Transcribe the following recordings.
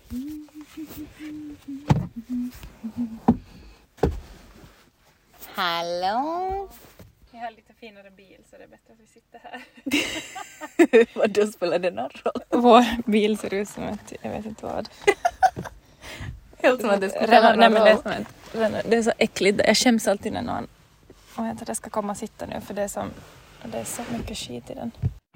Hallå? Jag har lite finare bil så det är bättre att vi sitter här. Vad spelar det någon roll? Vår bil ser ut som ett, jag vet inte vad. Helt som att det skulle spela någon roll. Det är så äckligt. Jag skäms alltid när någon... Och jag inte det ska komma och sitta nu för det är så mycket skit i den.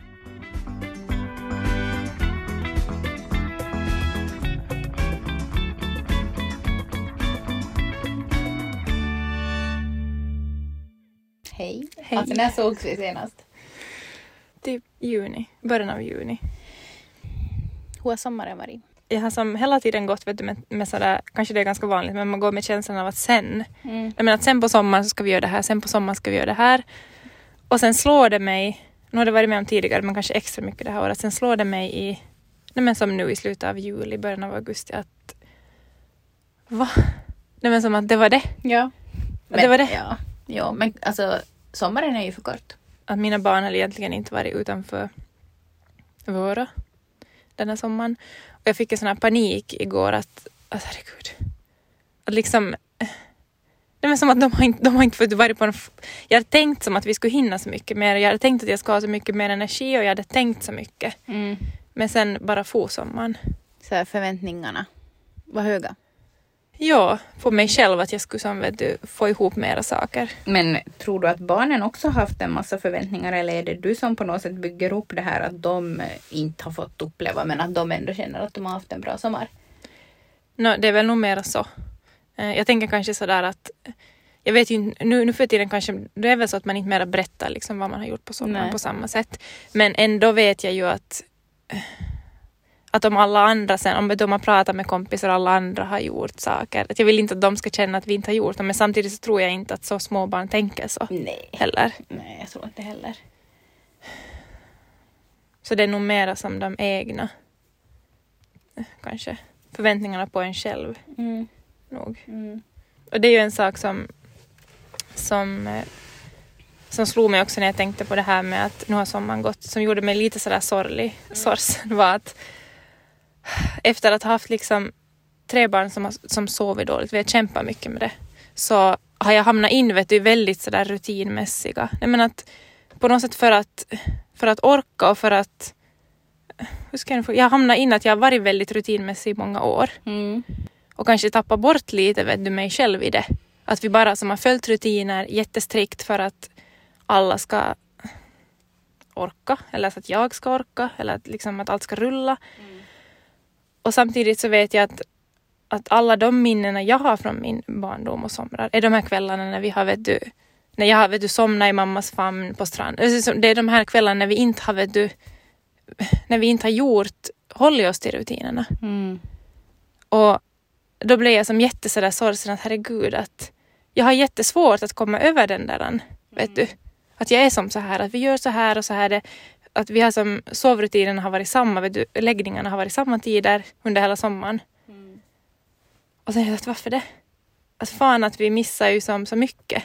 Hej. Hej. Alltså när sågs vi senast? Typ början av juni. Hur har sommaren varit? Jag har som hela tiden gått med sådär, kanske det är ganska vanligt, men man går med känslan av att sen. Jag menar att sen på sommaren så ska vi göra det här, sen på sommaren ska vi göra det här. Och sen slår det mig, nu har det varit med om tidigare, men kanske extra mycket det här året, sen slår det mig som nu i slutet av juli, början av augusti, att va? Nej men som att det var det. Ja. Men, det var det. Ja, men alltså sommaren är ju för kort. Att mina barn hade egentligen inte varit utanför våra den här sommaren. Och jag fick en sån här panik igår att herregud. Att liksom... Det är som att de har inte fått vara på en... Jag hade tänkt som att vi skulle hinna så mycket mer. Jag hade tänkt att jag ska ha så mycket mer energi och jag hade tänkt så mycket. Men sen bara sommaren. Så här, förväntningarna var höga. Ja, på mig själv att jag skulle få ihop mera saker. Men tror du att barnen också har haft en massa förväntningar eller är det du som på något sätt bygger upp det här att de inte har fått uppleva men att de ändå känner att de har haft en bra sommar? Det är väl nog mera så. Jag tänker kanske sådär att jag vet ju nu för tiden kanske det är väl så att man inte mera berättar liksom vad man har gjort på sommaren på samma sätt. Men ändå vet jag ju att om alla andra sen, om de har pratat med kompisar och alla andra har gjort saker. Att jag vill inte att de ska känna att vi inte har gjort det. Men samtidigt så tror jag inte att så små barn tänker så. Nej. Heller. Nej, jag tror inte heller. Så det är nog mera som de egna. Kanske. Förväntningarna på en själv. Nog. Och det är ju en sak som slog mig också när jag tänkte på det här med att nu har sommaren gått. Som gjorde mig lite sådär sorgsen var att efter att ha haft liksom 3 barn som sover dåligt, vi har kämpat mycket med det, så har jag hamnat in väldigt sådär rutinmässiga. Jag menar att på något sätt för att orka och för att jag hamnar in att jag har varit väldigt rutinmässig i många år. Och kanske tappa bort lite mig själv i det. Att vi bara som har följt rutiner jättestrikt för att alla ska orka, eller så att jag ska orka, eller att, liksom, att allt ska rulla. Och samtidigt så vet jag att alla de minnena jag har från min barndom och somrar är de här kvällarna när vi har när jag har somnat i mammas famn på stranden. Det är de här kvällarna när vi inte har när vi inte har hållit oss till rutinerna. Och då blev jag som sådär sorgsen att herregud att jag har jättesvårt att komma över den där, vet du. Att jag är som så här, att vi gör så här och så här. Att vi har som sovrutinerna har varit samma, vet du, läggningarna har varit samma tider under hela sommaren. Och sen att varför det? Att fan att vi missar ju som så mycket.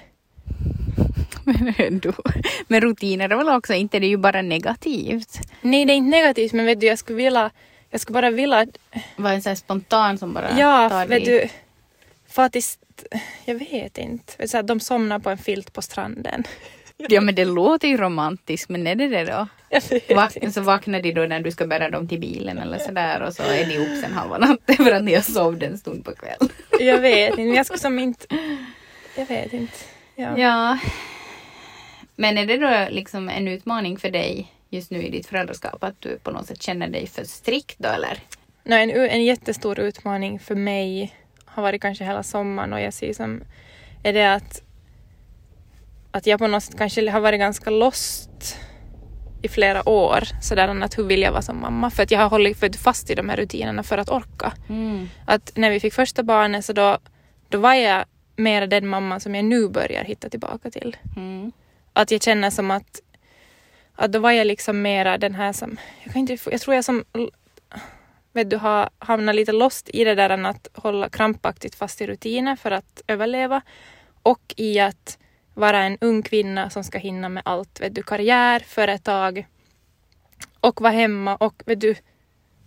Men rutiner är väl också inte, det är ju bara negativt. Nej, det är inte negativt, men vet du, jag skulle bara vilja... Var en sån här spontan som bara tar vet du, faktiskt, jag vet inte. Så att de somnar på en filt på stranden. Ja, men det låter ju romantiskt, men är det då? Så vaknar de då när du ska bära dem till bilen eller sådär och så är de upp sen halva natten för att ni har sovit en stund på kväll. Jag vet inte, men jag skulle som inte... Jag vet inte. Ja. Men är det då liksom en utmaning för dig just nu i ditt föräldraskap att du på något sätt känner dig för strikt då, eller? Nej, en jättestor utmaning för mig har varit kanske hela sommaren och jag ser som är det att jag på något sätt kanske har varit ganska lost i flera år sådär att hur vill jag vara som mamma, för att jag har hållit fast i de här rutinerna för att orka. Att när vi fick första barnet så då var jag mer den mamma som jag nu börjar hitta tillbaka till. Att jag känner som att då var jag liksom mera den här som jag tror jag som vet du har hamnat lite lost i det där att hålla krampaktigt fast i rutiner för att överleva och i att vara en ung kvinna som ska hinna med allt, vet du, karriär, företag och vara hemma och vet du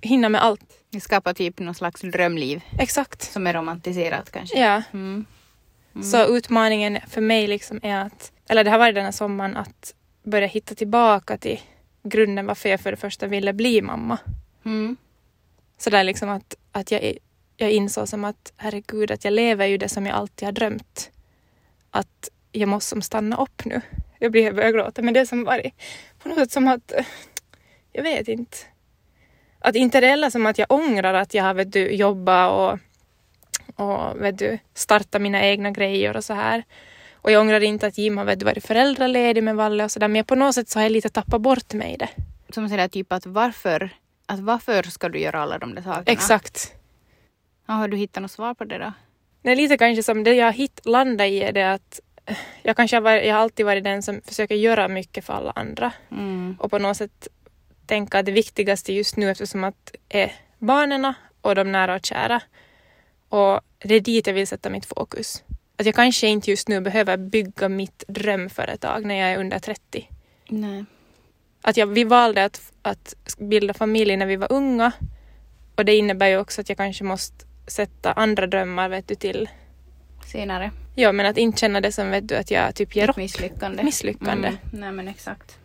hinna med allt. Det skapar typ någon slags drömliv. Exakt. Som är romantiserat kanske. Ja. Så utmaningen för mig liksom är att, eller det har varit den här sommaren, att börja hitta tillbaka till grunden varför jag för det första ville bli mamma. Så där liksom att jag insåg som att herregud, att jag lever ju det som jag alltid har drömt. Att jag måste som stanna upp nu. Jag börjar gråta, men det är som varit på något sätt som att, jag vet inte. Att inte det är som att jag ångrar att jag har jobbat och starta mina egna grejer och så här. Och jag ångrar inte att Jim har varit föräldraledig med Valle och sådär. Men på något sätt så har jag lite tappat bort mig i det. Som säger typ att varför ska du göra alla de där sakerna? Exakt. Ja, har du hittat något svar på det då? Det är lite kanske som det jag landat i är det att jag har alltid varit den som försöker göra mycket för alla andra. Och på något sätt tänka att det viktigaste just nu eftersom att är barnen och de nära och kära. Och det är dit jag vill sätta mitt fokus. Att jag kanske inte just nu behöver bygga mitt drömföretag när jag är under 30. Nej. Att vi valde att bilda familj när vi var unga. Och det innebär ju också att jag kanske måste sätta andra drömmar till senare. Ja, men att inte känna det som att jag typ ger upp. Misslyckande. Nej, men exakt.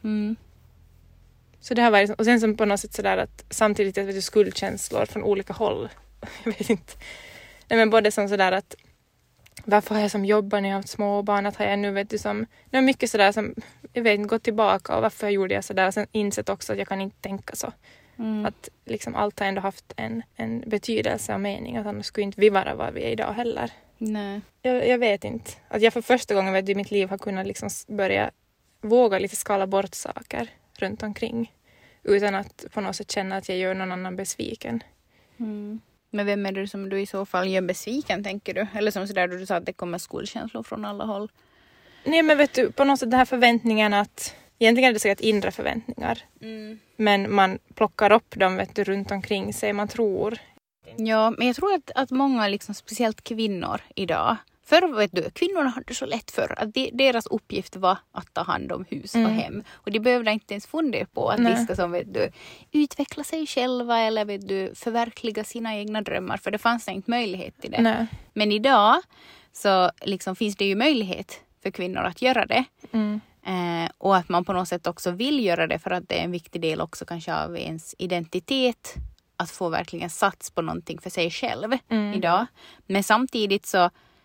Så det har varit, och sen som på något sätt sådär att samtidigt att skuldkänslor från olika håll. Jag vet inte. Nej, men både som sådär att varför har jag som jobbar när jag har haft småbarn, att har jag nu det är mycket sådär som jag vet inte, gått tillbaka och varför gjorde jag sådär och sen insett också att jag kan inte tänka så. Att liksom allt har ändå haft en betydelse och mening, att annars skulle inte vi vara vad vi är idag heller. Nej. Jag vet inte. Att jag för första gången i mitt liv har kunnat liksom börja våga lite skala bort saker runt omkring utan att på något sätt känna att jag gör någon annan besviken. Men vem är det som du i så fall gör besviken, tänker du? Eller som sådär då du sa att det kommer skuldkänslor från alla håll. Nej, men vet du, på något sätt den här förväntningen att egentligen är det säkert inre förväntningar. Men man plockar upp dem runt omkring sig, man tror. Ja, men jag tror att många, liksom, speciellt kvinnor idag. Förr kvinnorna hade så lätt för att deras uppgift var att ta hand om hus och hem. Och de behövde inte ens fundera på att de ska som, utveckla sig själva eller förverkliga sina egna drömmar. För det fanns inte möjlighet till det. Nej. Men idag så liksom finns det ju möjlighet för kvinnor att göra det. Och att man på något sätt också vill göra det för att det är en viktig del också kanske av ens identitet. Att få verkligen sats på någonting för sig själv idag. Men samtidigt så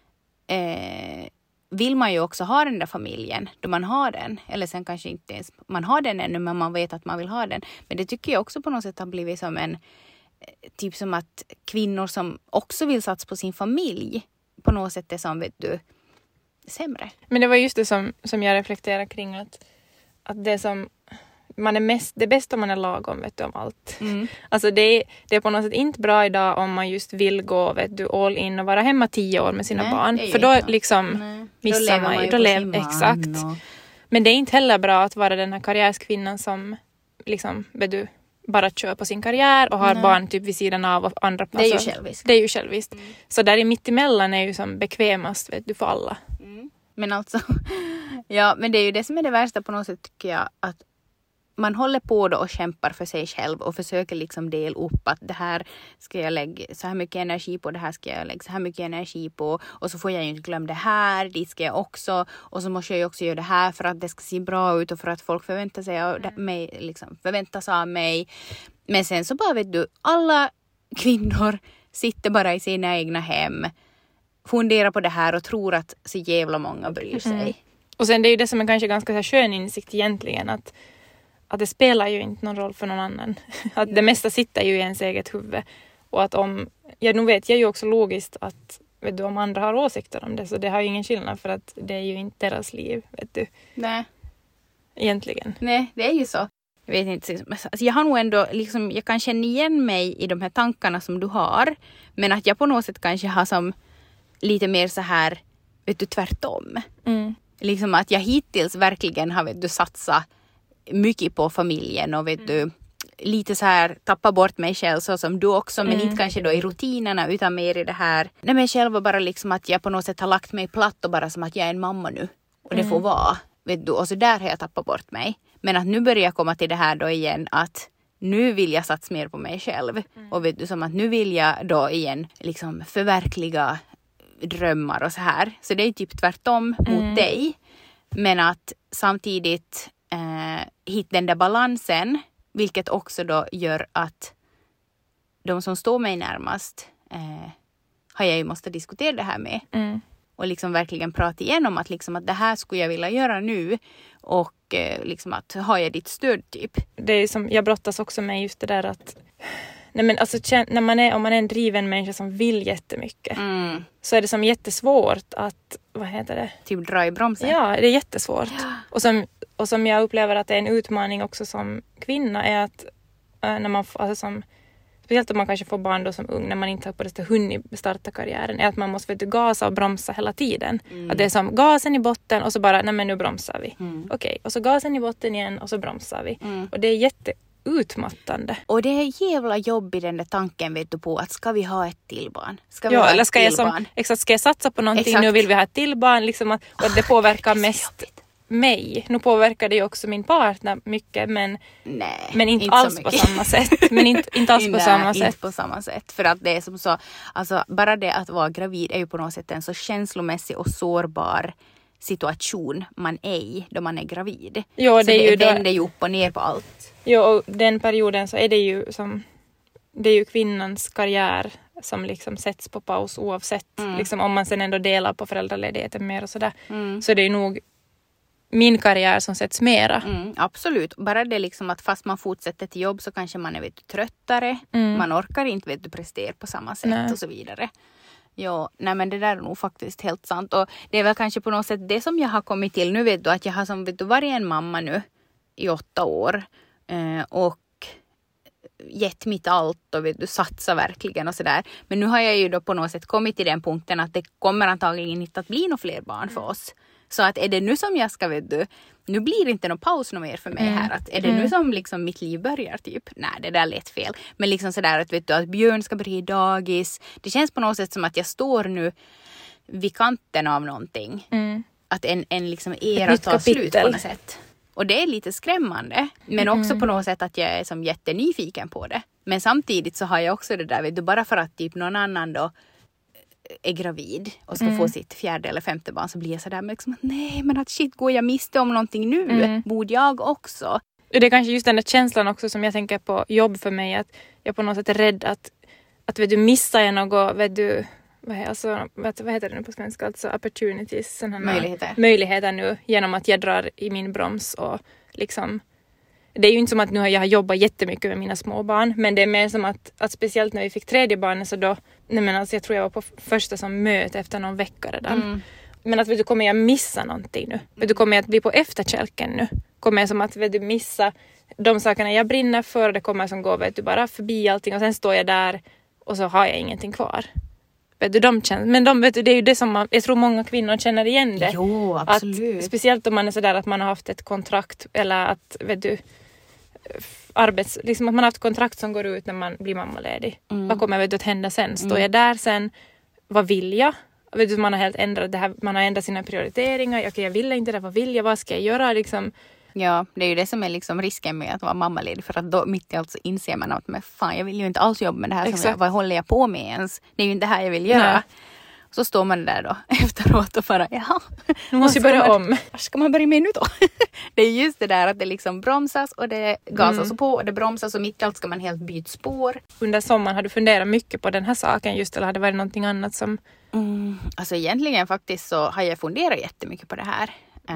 vill man ju också ha den där familjen då man har den. Eller sen kanske inte ens man har den ännu, men man vet att man vill ha den. Men det tycker jag också på något sätt har blivit som en typ som att kvinnor som också vill satsa på sin familj på något sätt är som sämre. Men det var just det som jag reflekterar kring att det som man är det bästa om man är lagom om allt. Alltså det är på något sätt inte bra idag om man just vill gå all in och vara hemma 10 år med sina barn. För då liksom missar man ju. Då lever exakt. Men det är inte heller bra att vara den här karriärskvinnan som liksom bara kör på sin karriär och har barn typ vid sidan av och andra. Det är ju själviskt. Det är ju själviskt. Så där i mittemellan är ju som bekvämast för alla. Men alltså ja, men det är ju det som är det värsta på något sätt tycker jag, att man håller på då och kämpar för sig själv och försöker liksom dela upp att det här ska jag lägga så här mycket energi på, det här ska jag lägga så här mycket energi på och så får jag ju inte glömma det här, dit ska jag också och så måste jag ju också göra det här för att det ska se bra ut och för att folk förväntar sig av mig, liksom förväntas av mig. Men sen så bara alla kvinnor sitter bara i sina egna hem, funderar på det här och tror att så jävla många bryr sig. Och sen det är ju det som är kanske ganska så skön insikt egentligen, att det spelar ju inte någon roll för någon annan. Att det mesta sitter ju i ens eget huvud. Och att nu vet jag ju också logiskt att om andra har åsikter om det, så det har ju ingen skillnad för att det är ju inte deras liv, vet du. Nej. Egentligen. Nej, det är ju så. Jag vet inte, alltså jag har nog ändå liksom, jag kan känna igen mig i de här tankarna som du har, men att jag på något sätt kanske har som lite mer så här, tvärtom. Liksom att jag hittills verkligen har satsat mycket på familjen och lite så här tappa bort mig själv så som du också, men inte kanske då i rutinerna utan mer i det här. Nej, men själv bara liksom att jag på något sätt har lagt mig platt och bara som att jag är en mamma nu och det får vara, och så där har jag tappat bort mig. Men att nu börjar jag komma till det här då igen att nu vill jag satsa mer på mig själv. Och vet du, som att nu vill jag då igen liksom förverkliga drömmar och så här. Så det är typ tvärtom mot dig. Men att samtidigt hitta den där balansen, vilket också då gör att de som står mig närmast har jag ju måste diskutera det här med. Och liksom verkligen prata igenom att, liksom att det här skulle jag vilja göra nu. Och liksom att har jag ditt stöd typ. Det är som, jag brottas också med just det där att nej men alltså, när om man är en driven människa som vill jättemycket så är det som jättesvårt att, vad heter det? Typ dra i bromsen. Ja, det är jättesvårt. Ja. Och som jag upplever att det är en utmaning också som kvinna är att när man alltså som speciellt om man kanske får barn då som ung när man inte har på det hunnit starta karriären är att man måste gasa och bromsa hela tiden. Att det är som gasen i botten och så bara, nej men nu bromsar vi. Okej, och så gasen i botten igen och så bromsar vi. Och det är jätteutmattande. Och det är jävla jobbigt den där tanken vet du på att ska vi ha ett till barn? Ska vi ja, ha eller ett ska till jag som, barn? exakt, ska jag satsa på någonting exakt. Nu vill vi ha ett till barn liksom att, och det påverkar mest mig. Nu påverkar det ju också min partner mycket men inte alls på samma sätt. Men inte alls på samma sätt. Inte på samma sätt. För att det är som så, alltså bara det att vara gravid är ju på något sätt en så känslomässig och sårbar situation man är i då man är gravid. Jo, så det vänder ju upp och ner på allt. Jo, och den perioden så är det ju som det är ju kvinnans karriär som liksom sätts på paus oavsett liksom om man sen ändå delar på föräldraledigheten mer och sådär. Så det är nog min karriär som sätts mera. Absolut. Bara det liksom att fast man fortsätter till jobb så kanske man är tröttare. Man orkar inte prestera på samma sätt och så vidare. Ja, nej men det där är nog faktiskt helt sant. Och det är väl kanske på något sätt det som jag har kommit till nu vet du att jag har som varit en mamma nu i 8 år. Och gett mitt allt och vet du satsa verkligen och sådär. Men nu har jag ju då på något sätt kommit till den punkten att det kommer antagligen inte att bli några fler barn för oss. Så att är det nu som jag ska vet du, nu blir det inte någon paus mer för mig här. Att är det nu som liksom mitt liv börjar typ? Nej, det där lät fel. Men liksom sådär att vet du att Björn ska börja i dagis. Det känns på något sätt som att jag står nu vid kanten av någonting. Att en liksom era tar slut på något sätt. Och det är lite skrämmande. Men också på något sätt att jag är som jättenyfiken på det. Men samtidigt så har jag också det där, vet du, bara för att typ någon annan då är gravid och ska få sitt 4:e eller 5:e barn så blir jag sådär liksom att nej men att shit går jag miste om någonting nu? Borde jag också? Det är kanske just den där känslan också som jag tänker på jobb för mig att jag på något sätt är rädd att vet du missar jag något, vet du vad heter det nu på svenska? Alltså opportunities. Möjligheter nu genom att jag drar i min broms och liksom det är ju inte som att nu jag har jobbat jättemycket med mina små barn men det är mer som att speciellt när vi fick 3:e barnet så då jag tror jag var på första som möte efter någon vecka redan. Men att vet du kommer jag missa någonting nu? Vet du kommer jag att bli på efterkälken nu? Kommer jag som att vet du missa de sakerna jag brinner för och det kommer som går vet du bara förbi allting och sen står jag där och så har jag ingenting kvar. Vet du, vet du, det är ju det som jag tror många kvinnor känner igen det. Jo, absolut. Att, speciellt om man är sådär att man har haft ett kontrakt eller att vet du liksom att man har haft kontrakt som går ut när man blir mammaledig. Vad kommer vet du, att hända sen? Står jag där sen? Vad vill jag? Vet du, man har helt ändrat det här, man har ändrat sina prioriteringar. Okej, jag vill inte det, vad vill jag? Vad ska jag göra? Liksom. Ja, det är ju det som är liksom risken med att vara mammaledig. För att då mitt i allt så inser man att men fan, jag vill ju inte alls jobba med det här. Vad håller jag på med ens? Det är ju inte det här jag vill göra. Nej. Så står man där då efteråt och bara, jaha. Nu måste jag börja om. Var ska man börja med nu då? Det är just det där att det liksom bromsas och det gasas på och det bromsas och mitt i allt ska man helt byta spår. Under sommaren har du funderat mycket på den här saken just eller har det varit någonting annat som... Alltså egentligen faktiskt så har jag funderat jättemycket på det här.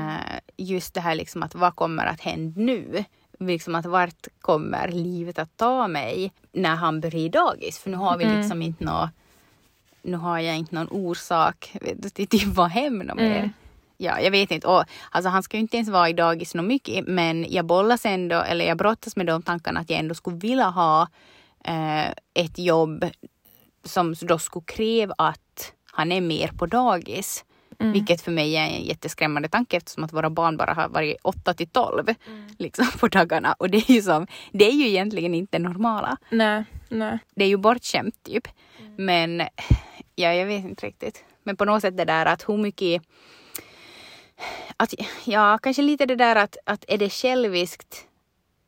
Just det här liksom att vad kommer att hända nu? Liksom att vart kommer livet att ta mig när han börjar i dagis? För nu har vi liksom inte nu har jag inte någon orsak till typ vara hem mer. Ja, jag vet inte. Och, alltså, han ska ju inte ens vara i dagis så mycket. Men jag brottas med de tankarna att jag ändå skulle vilja ha ett jobb som då skulle kräva att han är mer på dagis. Vilket för mig är en jätteskrämmande tanke eftersom att våra barn bara har varit 8-12 liksom, på dagarna. Och det är ju egentligen inte normala. Nej. Det är ju bortskämt typ. Men ja, jag vet inte riktigt. Men på något sätt det där att hur mycket... kanske lite det där att är det själviskt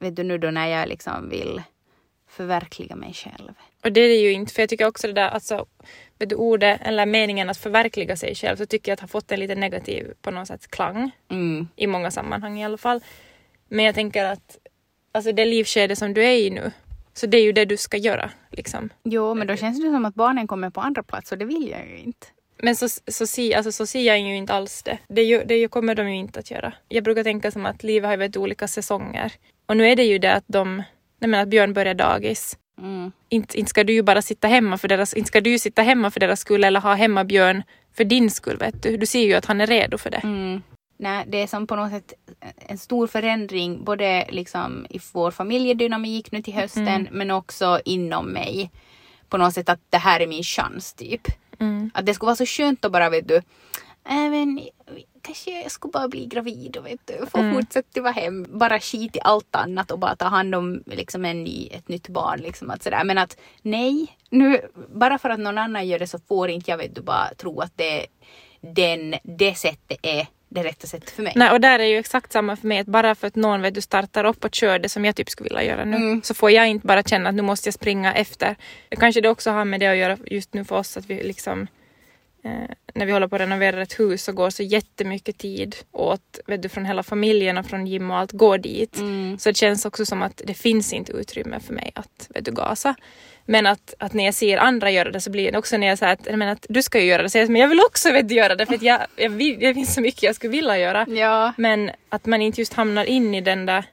vet du nu då när jag liksom vill förverkliga mig själv. Och det är det ju inte, för jag tycker också det där, alltså, vet du, ordet eller meningen att förverkliga sig själv, så tycker jag att har fått en lite negativ på något sätt klang. I många sammanhang i alla fall. Men jag tänker att alltså det livskede som du är i nu, så det är ju det du ska göra liksom. Jo, men då känns det som att barnen kommer på andra plats och det vill jag ju inte. Men så ser jag ju inte alls det. Det kommer de ju inte att göra. Jag brukar tänka som att livet har ju olika säsonger. Och nu är det ju det att att Björn börjar dagis. Inte ska du ju bara sitta hemma för deras skull eller ha hemma Björn för din skull, vet du. Du ser ju att han är redo för det. Nej, det är som på något sätt en stor förändring både liksom i vår familjedynamik nu till hösten men också inom mig. På något sätt att det här är min chans typ. Att det skulle vara så skönt att bara, vet du, även kanske jag skulle bara bli gravid och vet du, få fortsätta vara hem, bara skit i allt annat och bara ta hand om liksom ett nytt barn liksom, att sådär. Men att nej, nu bara för att någon annan gör det så får inte jag, vet du, bara tro att det sättet är det rätta sättet för mig. Nej, och där är ju exakt samma för mig, att bara för att någon, vet du, startar upp och kör det som jag typ skulle vilja göra nu, så får jag inte bara känna att nu måste jag springa efter. Kanske det också har med det att göra just nu för oss, att vi liksom när vi håller på att renovera ett hus så går så jättemycket tid åt, vet du, från hela familjen och från Jim och allt går dit. Så det känns också som att det finns inte utrymme för mig att, vet du, gasa. Men att när jag ser andra göra det så blir det också när jag säger att du ska ju göra det, så men jag vill också, vet du, göra det för att jag finns så mycket jag skulle vilja göra. Ja. Men att man inte just hamnar in i den där.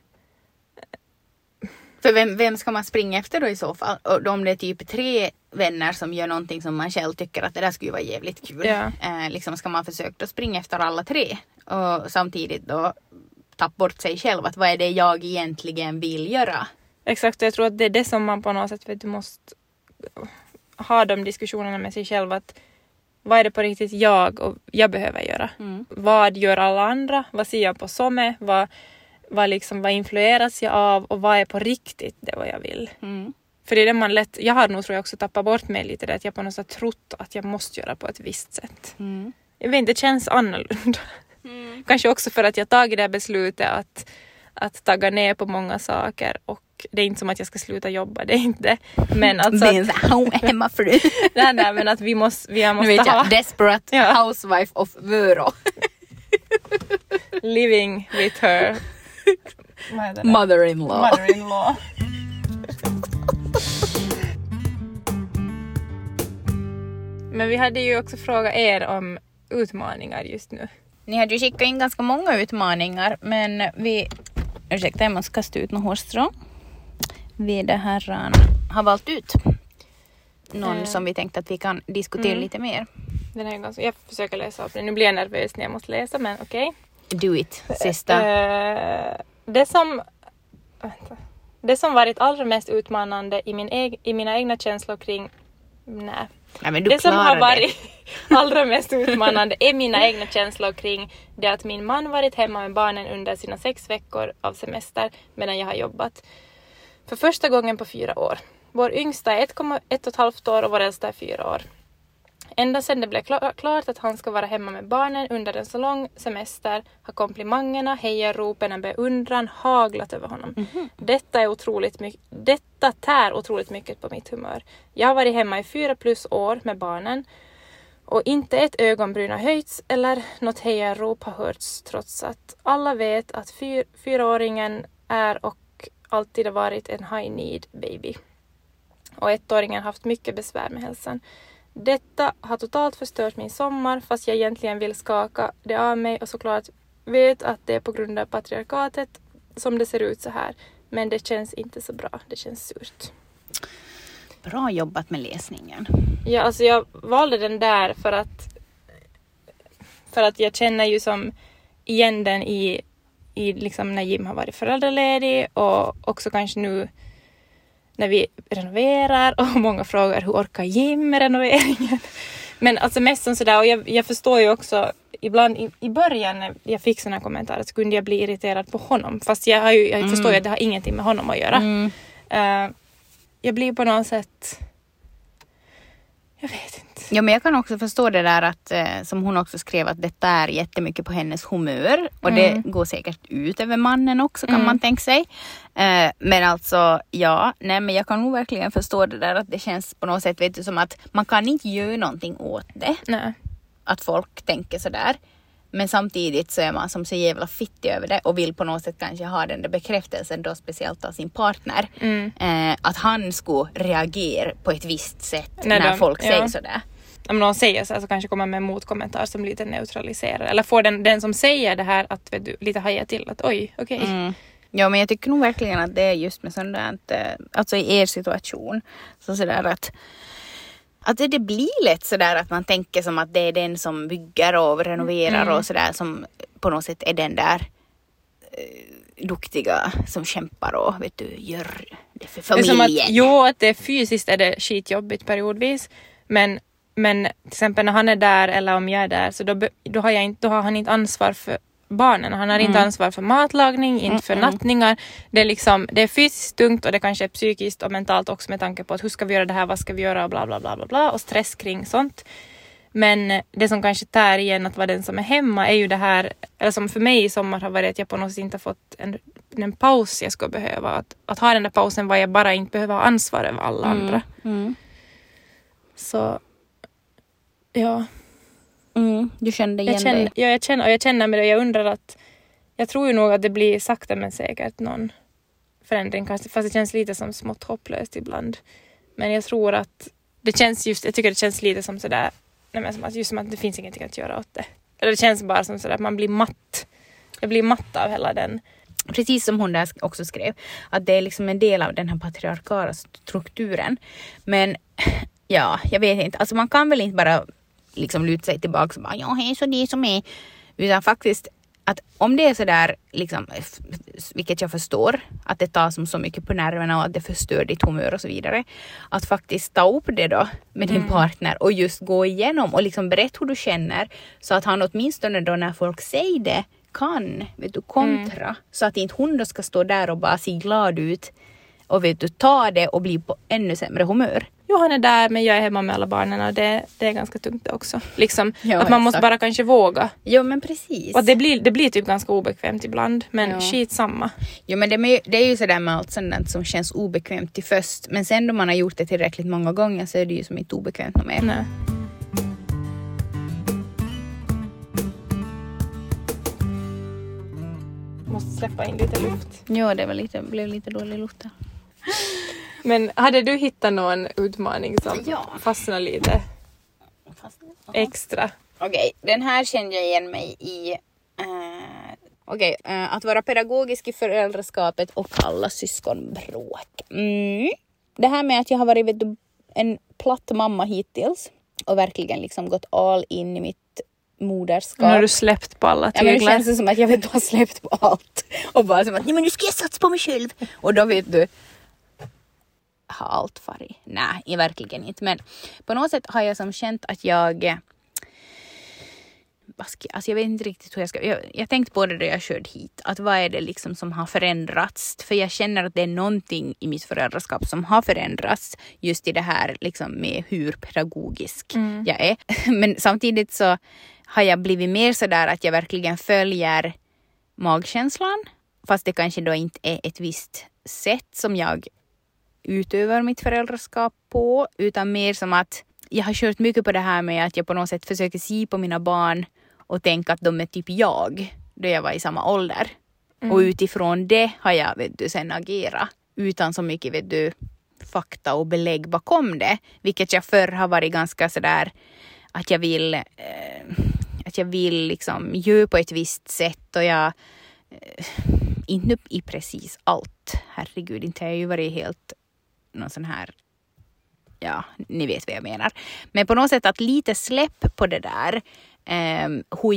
För vem ska man springa efter då i så fall? Och om det är typ 3 vänner som gör någonting som man själv tycker att det där skulle vara jävligt kul. Ja. Liksom ska man försöka springa efter alla 3. Och samtidigt då tappa bort sig själv. Att vad är det jag egentligen vill göra? Exakt, jag tror att det är det som man på något sätt, vet du, måste ha de diskussionerna med sig själv. Att vad är det på riktigt jag behöver göra? Vad gör alla andra? Vad ser jag på som är? Vad influeras jag av? Och vad är på riktigt det vad jag vill? För det är det man lätt, jag har nog, tror jag, också tappat bort mig lite där, att jag på något sätt trott att jag måste göra på ett visst sätt. Jag vet inte, det känns annorlunda. Kanske också för att jag tagit det här beslutet att tagga ner på många saker, och det är inte som att jag ska sluta jobba, det är inte det. Men alltså, det är en sån hemmafru. nej, men att vi måste ha desperate housewife of Vörå. Living with her mother-in-law. Men vi hade ju också frågat er om utmaningar just nu. Ni hade ju skickat in ganska många utmaningar, men ursäkta, jag måste kasta ut någon hårstrå. Vi har valt ut någon som vi tänkte att vi kan diskutera lite mer. Den är ganska, jag försöker läsa upp den. Nu blir jag nervös när jag måste läsa, men okej. Do it, sista. Det som varit allra mest utmanande i mina egna känslor kring... Nej, men det som har varit allra mest utmanande är mina egna känslor kring det att min man varit hemma med barnen under sina 6 veckor av semester medan jag har jobbat. För första gången på 4 år. Vår yngsta är 1,5 år och vår äldsta är 4 år. Ända sedan det blev klart att han ska vara hemma med barnen under en så lång semester har komplimangerna, hejaropen och beundran haglat över honom. Detta tär otroligt mycket på mitt humör. Jag har varit hemma i 4+ år med barnen och inte ett ögonbryn har höjts eller något hejarop har hörts, trots att alla vet att 4-åringen är och alltid har varit en high need baby. Och 1-åringen har haft mycket besvär med hälsan. Detta har totalt förstört min sommar, fast jag egentligen vill skaka det av mig och såklart vet att det är på grund av patriarkatet som det ser ut så här. Men det känns inte så bra, det känns surt. Bra jobbat med läsningen. Ja, alltså jag valde den där för att jag känner ju som igen den i liksom när Jim har varit föräldraledig och också kanske nu när vi renoverar och många frågar hur orkar Jim med renoveringen. Men alltså mest som sådär, och jag förstår ju också ibland i början när jag fick sådana kommentarer så kunde jag bli irriterad på honom. Fast jag förstår ju att det har ingenting med honom att göra. Jag blir på något sätt, jag vet inte. Ja, men jag kan också förstå det där att som hon också skrev att detta är jättemycket på hennes humör och det går säkert ut över mannen också kan man tänka sig. Men alltså men jag kan nog verkligen förstå det där att det känns på något sätt, vet du, som att man kan inte göra någonting åt det. Nej. Att folk tänker sådär. Men samtidigt så är man som så jävla fittig över det och vill på något sätt kanske ha den där bekräftelsen då speciellt av sin partner. Att han skulle reagera på ett visst sätt när folk säger sådär. Om någon säger så kanske kommer med en motkommentar som lite neutraliserar. Eller får den som säger det här att vet du, lite haja till att oj, okej. Ja, men jag tycker nog verkligen att det är just med sånt där alltså i er situation så sådär att det blir lätt sådär att man tänker som att det är den som bygger och renoverar och sådär som på något sätt är den där duktiga som kämpar och vet du, gör det för familjen. Att det är fysiskt är det skitjobbigt periodvis, men till exempel när han är där eller om jag är där så då har han inte ansvar för barnen. Han har inte ansvar för matlagning, inte för nattningar. Det är fysiskt tungt och det kanske är psykiskt och mentalt också med tanke på att hur ska vi göra det här, vad ska vi göra och bla bla bla bla bla och stress kring sånt. Men det som kanske tär igen att vara den som är hemma är ju det här, eller som för mig i sommar har varit att jag på något sätt inte har fått en paus jag skulle behöva. Att ha den där pausen var jag bara inte behöver ha ansvar över alla andra. Så ja. Du kände igen dig? Ja, jag känner med det. Jag undrar att jag tror ju nog att det blir sakta men säkert någon förändring. Fast det känns lite som smått hopplöst ibland. Men jag tror att det känns jag tycker det känns lite som sådär, som att det finns ingenting att göra åt det. Eller det känns bara som sådär att man blir matt. Jag blir matt av hela den. Precis som hon där också skrev. Att det är liksom en del av den här patriarkala strukturen. Men ja, jag vet inte. Alltså man kan väl inte bara liksom luta sig tillbaka och bara, ja, hej, så det som är. Utan faktiskt att om det är så där, liksom, vilket jag förstår, att det tar som så mycket på nerverna och att det förstör ditt humör och så vidare. Att faktiskt ta upp det då med din partner och just gå igenom och liksom berätta hur du känner. Så att han åtminstone då när folk säger det kan, vet du, kontra. Så att inte hon då ska stå där och bara se glad ut och vet du, ta det och bli på ännu sämre humör. Jo, han är där men jag är hemma med alla barnen och det är ganska tungt det också. Liksom, att man måste bara kanske våga. Jo, men precis. Och det blir typ ganska obekvämt ibland, men skitsamma. Jo, men det är ju sådär med allt sådant som känns obekvämt till först. Men sen då man har gjort det tillräckligt många gånger så är det ju som inte obekvämt något mer. Nej. Måste släppa in lite luft. Jo, det blev lite dålig luft där. Men hade du hittat någon utmaning som fastnar lite extra? Okej, den här känner jag igen mig i. Att vara pedagogisk i föräldraskapet och alla syskonbråk. Det här med att jag har varit en platt mamma hittills och verkligen liksom gått all in i mitt moderskap. Nu har du släppt på alla tyglar. Ja, men det känns som att jag har släppt på allt. Och bara som att, nej men nu ska jag satsa på mig själv. Och då vet du, har allt färg. Nej, verkligen inte. Men på något sätt har jag som känt att jag jag vet inte riktigt hur jag tänkte på det då jag körde hit. Att vad är det liksom som har förändrats? För jag känner att det är någonting i mitt föräldraskap som har förändrats. Just i det här liksom med hur pedagogisk jag är. Men samtidigt så har jag blivit mer sådär att jag verkligen följer magkänslan. Fast det kanske då inte är ett visst sätt som jag utövar mitt föräldraskap på. Utan mer som att jag har kört mycket på det här med att jag på något sätt försöker se på mina barn och tänka att de är typ jag då jag var i samma ålder. Och utifrån det har jag sen agerat utan så mycket fakta och belägg bakom det. Vilket jag förr har varit ganska sådär att jag vill liksom göra på ett visst sätt och jag inte i precis allt. Herregud, inte har jag ju varit helt någon sån här, ja, ni vet vad jag menar. Men på något sätt att lite släpp på det där hur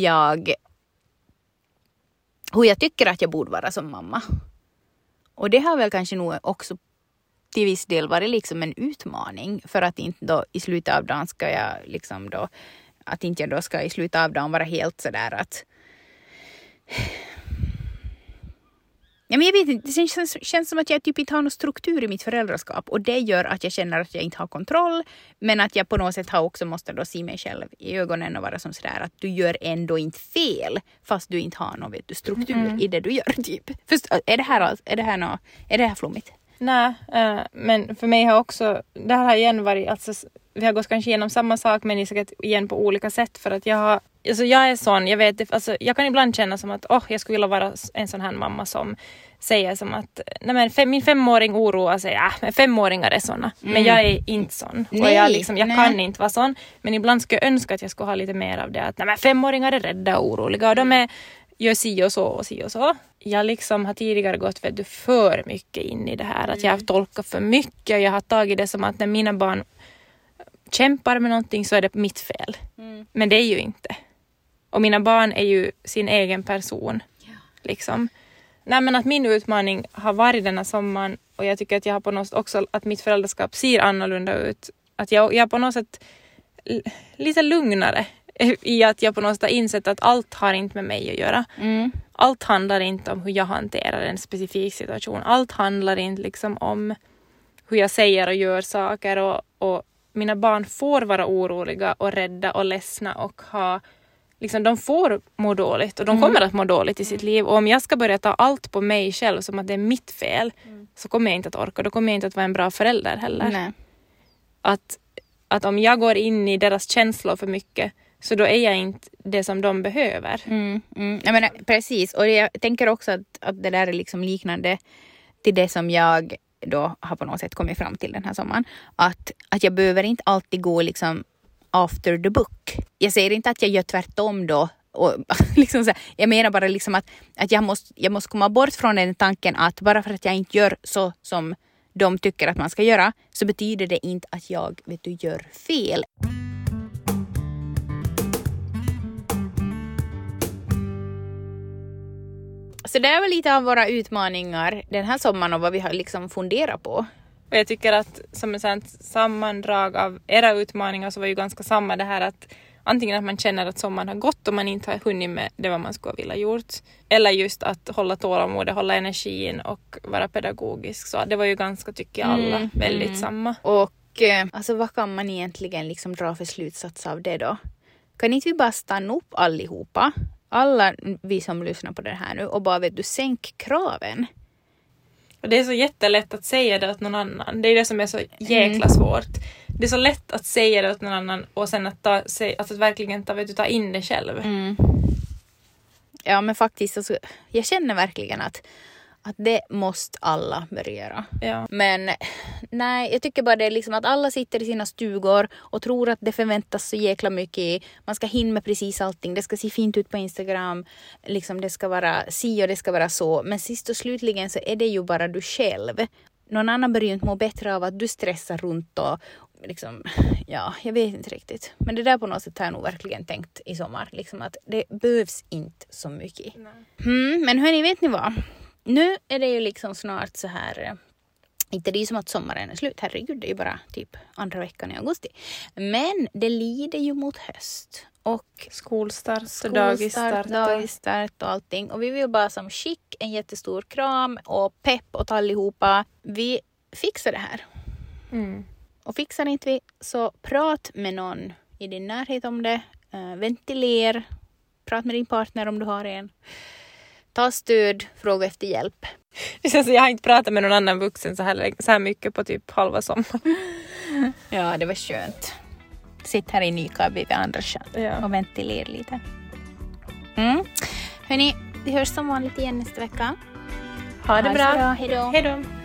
jag tycker att jag borde vara som mamma. Och det har väl kanske nog också till viss del varit liksom en utmaning för att inte då i slutet av dagen ska jag liksom då att inte jag då ska i slutet av dagen vara helt sådär att Ja, men jag vet inte, det känns som att jag typ inte har någon struktur i mitt föräldraskap. Och det gör att jag känner att jag inte har kontroll. Men att jag på något sätt också måste då se mig själv i ögonen och vara som sådär att du gör ändå inte fel. Fast du inte har någon struktur i det du gör typ. Först, är det här flummigt? Nej, men för mig har också, det här har igen varit, alltså vi har gått kanske igenom samma sak men säkert igen på olika sätt för att jag är sån, jag vet, alltså jag kan ibland känna som att jag skulle vilja vara en sån här mamma som säger som att nej men min 5-åring oroar sig, men 5-åringar är såna, men jag är inte sån och jag kan inte vara sån, men ibland skulle jag önska att jag skulle ha lite mer av det att nej men 5-åringar är rädda och oroliga och de gör si och så och si och så. Jag liksom har tidigare gått för mycket in i det här. Att jag har tolkat för mycket. Och jag har tagit det som att när mina barn kämpar med någonting så är det mitt fel. Men det är ju inte. Och mina barn är ju sin egen person. Ja. Liksom. Nej, men att min utmaning har varit denna sommaren. Och jag tycker att jag har på något sätt också att mitt föräldraskap ser annorlunda ut. Att jag på något sätt lite lugnare. I att jag på något sätt har insett att allt har inte med mig att göra. Allt handlar inte om hur jag hanterar en specifik situation. Allt handlar inte liksom om hur jag säger och gör saker. Och mina barn får vara oroliga och rädda och ledsna och de får må dåligt. Och de kommer att må dåligt i sitt liv. Och om jag ska börja ta allt på mig själv som att det är mitt fel så kommer jag inte att orka. Då kommer jag inte att vara en bra förälder heller. Nej. Att om jag går in i deras känslor för mycket så då är jag inte det som de behöver. Jag menar, precis. Och jag tänker också att det där är liksom liknande till det som jag då har på något sätt kommit fram till den här sommaren. Att jag behöver inte alltid gå liksom after the book. Jag säger inte att jag gör tvärtom då. Och liksom så, jag menar bara liksom att jag måste komma bort från den tanken att bara för att jag inte gör så som de tycker att man ska göra så betyder det inte att jag gör fel. Så det är väl lite av våra utmaningar den här sommaren och vad vi har liksom funderat på. Och jag tycker att som ett sammandrag av era utmaningar så var ju ganska samma det här att antingen att man känner att sommaren har gått och man inte har hunnit med det vad man skulle vilja gjort. Eller just att hålla tålamodet, hålla energin och vara pedagogisk. Så det var ju ganska, tycker jag, alla väldigt samma. Och alltså vad kan man egentligen liksom dra för slutsats av det då? Kan inte vi bara stanna upp allihopa? Alla vi som lyssnar på det här nu och bara sänk kraven. Och det är så jättelätt att säga det åt någon annan. Det är det som är så jäkla svårt. Det är så lätt att säga det åt någon annan och sen att verkligen ta in det själv. Ja, men faktiskt alltså, jag känner verkligen att det måste alla börja göra. Ja. Men nej, jag tycker bara det är liksom att alla sitter i sina stugor och tror att det förväntas så jäkla mycket. Man ska hinna med precis allting. Det ska se fint ut på Instagram. Liksom det ska vara si och det ska vara så. Men sist och slutligen så är det ju bara du själv. Någon annan börjar ju inte må bättre av att du stressar runt och liksom, ja, jag vet inte riktigt. Men det där på något sätt har jag nog verkligen tänkt i sommar. Liksom att det behövs inte så mycket. Men hörni, vet ni vad? Nu är det ju liksom snart så här, inte det är som att sommaren är slut, herregud, det är ju bara typ andra veckan i augusti. Men det lider ju mot höst. Och skolstart, dagisstart och allting. Och vi vill bara som skick en jättestor kram och pepp åt allihopa. Vi fixar det här. Och fixar inte vi så prat med någon i din närhet om det. Ventiler. Prat med din partner om du har en. Ta stöd, fråga efter hjälp. Jag har inte pratat med någon annan vuxen så här mycket på typ halva sommaren. Ja, det var skönt. Sitt här i Nykabi vid andra kön och ventilera lite. Hörni, vi hörs som vanligt igen nästa vecka. Ha det bra. Hej då.